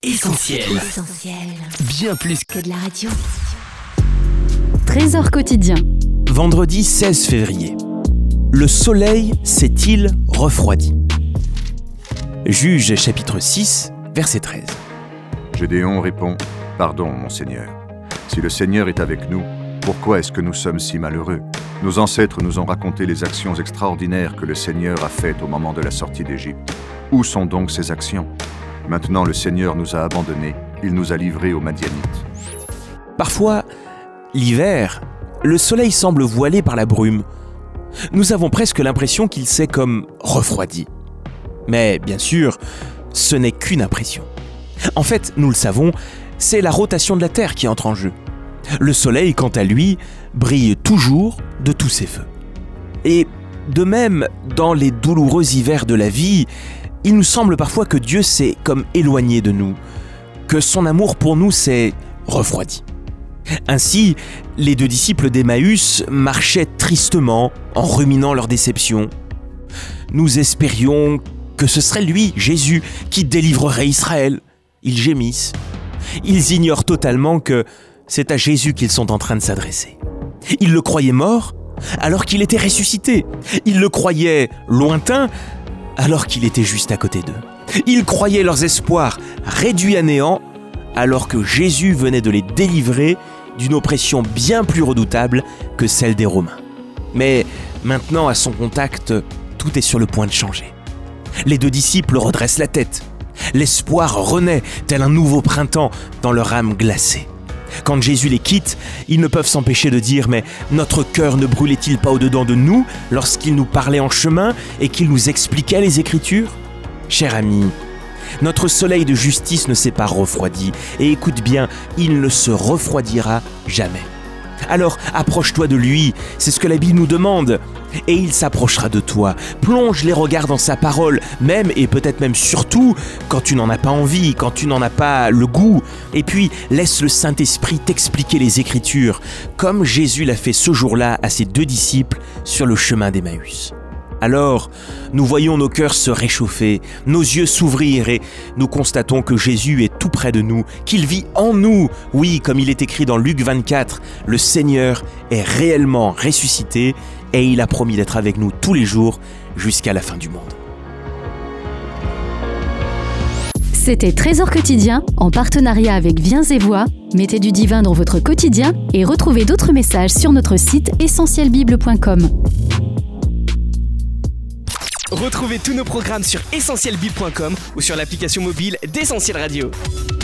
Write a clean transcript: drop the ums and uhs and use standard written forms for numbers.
Essentiel. Bien plus que de la radio. Trésor quotidien. Vendredi 16 février. Le soleil s'est-il refroidi ? Juge chapitre 6, verset 13. Gédéon répond : Pardon, mon Seigneur. Si le Seigneur est avec nous, pourquoi est-ce que nous sommes si malheureux ? Nos ancêtres nous ont raconté les actions extraordinaires que le Seigneur a faites au moment de la sortie d'Égypte. Où sont donc ces actions ? Maintenant, le Seigneur nous a abandonnés, il nous a livrés aux Madianites. Parfois, l'hiver, le soleil semble voilé par la brume. Nous avons presque l'impression qu'il s'est comme refroidi. Mais bien sûr, ce n'est qu'une impression. En fait, nous le savons, c'est la rotation de la Terre qui entre en jeu. Le soleil, quant à lui, brille toujours de tous ses feux. Et de même, dans les douloureux hivers de la vie, il nous semble parfois que Dieu s'est comme éloigné de nous, que son amour pour nous s'est refroidi. Ainsi, les deux disciples d'Emmaüs marchaient tristement en ruminant leur déception. Nous espérions que ce serait lui, Jésus, qui délivrerait Israël. Ils gémissent. Ils ignorent totalement que c'est à Jésus qu'ils sont en train de s'adresser. Ils le croyaient mort alors qu'il était ressuscité. Ils le croyaient lointain alors qu'il était juste à côté d'eux. Ils croyaient leurs espoirs réduits à néant alors que Jésus venait de les délivrer d'une oppression bien plus redoutable que celle des Romains. Mais maintenant, à son contact, tout est sur le point de changer. Les deux disciples redressent la tête. L'espoir renaît tel un nouveau printemps dans leur âme glacée. Quand Jésus les quitte, ils ne peuvent s'empêcher de dire « Mais notre cœur ne brûlait-il pas au-dedans de nous lorsqu'il nous parlait en chemin et qu'il nous expliquait les Écritures ?» Cher ami, notre soleil de justice ne s'est pas refroidi. Et écoute bien, il ne se refroidira jamais. Alors approche-toi de lui, c'est ce que la Bible nous demande. Et il s'approchera de toi. Plonge les regards dans sa parole, même et peut-être même surtout quand tu n'en as pas envie, quand tu n'en as pas le goût. Et puis laisse le Saint-Esprit t'expliquer les Écritures, comme Jésus l'a fait ce jour-là à ses deux disciples sur le chemin d'Emmaüs. Alors, nous voyons nos cœurs se réchauffer, nos yeux s'ouvrir et nous constatons que Jésus est tout près de nous, qu'il vit en nous. Oui, comme il est écrit dans Luc 24, le Seigneur est réellement ressuscité et il a promis d'être avec nous tous les jours jusqu'à la fin du monde. C'était Trésor quotidien en partenariat avec Viens et Voix. Mettez du divin dans votre quotidien et retrouvez d'autres messages sur notre site essentielbible.com. Retrouvez tous nos programmes sur essentielbible.com ou sur l'application mobile d'Essentiel Radio.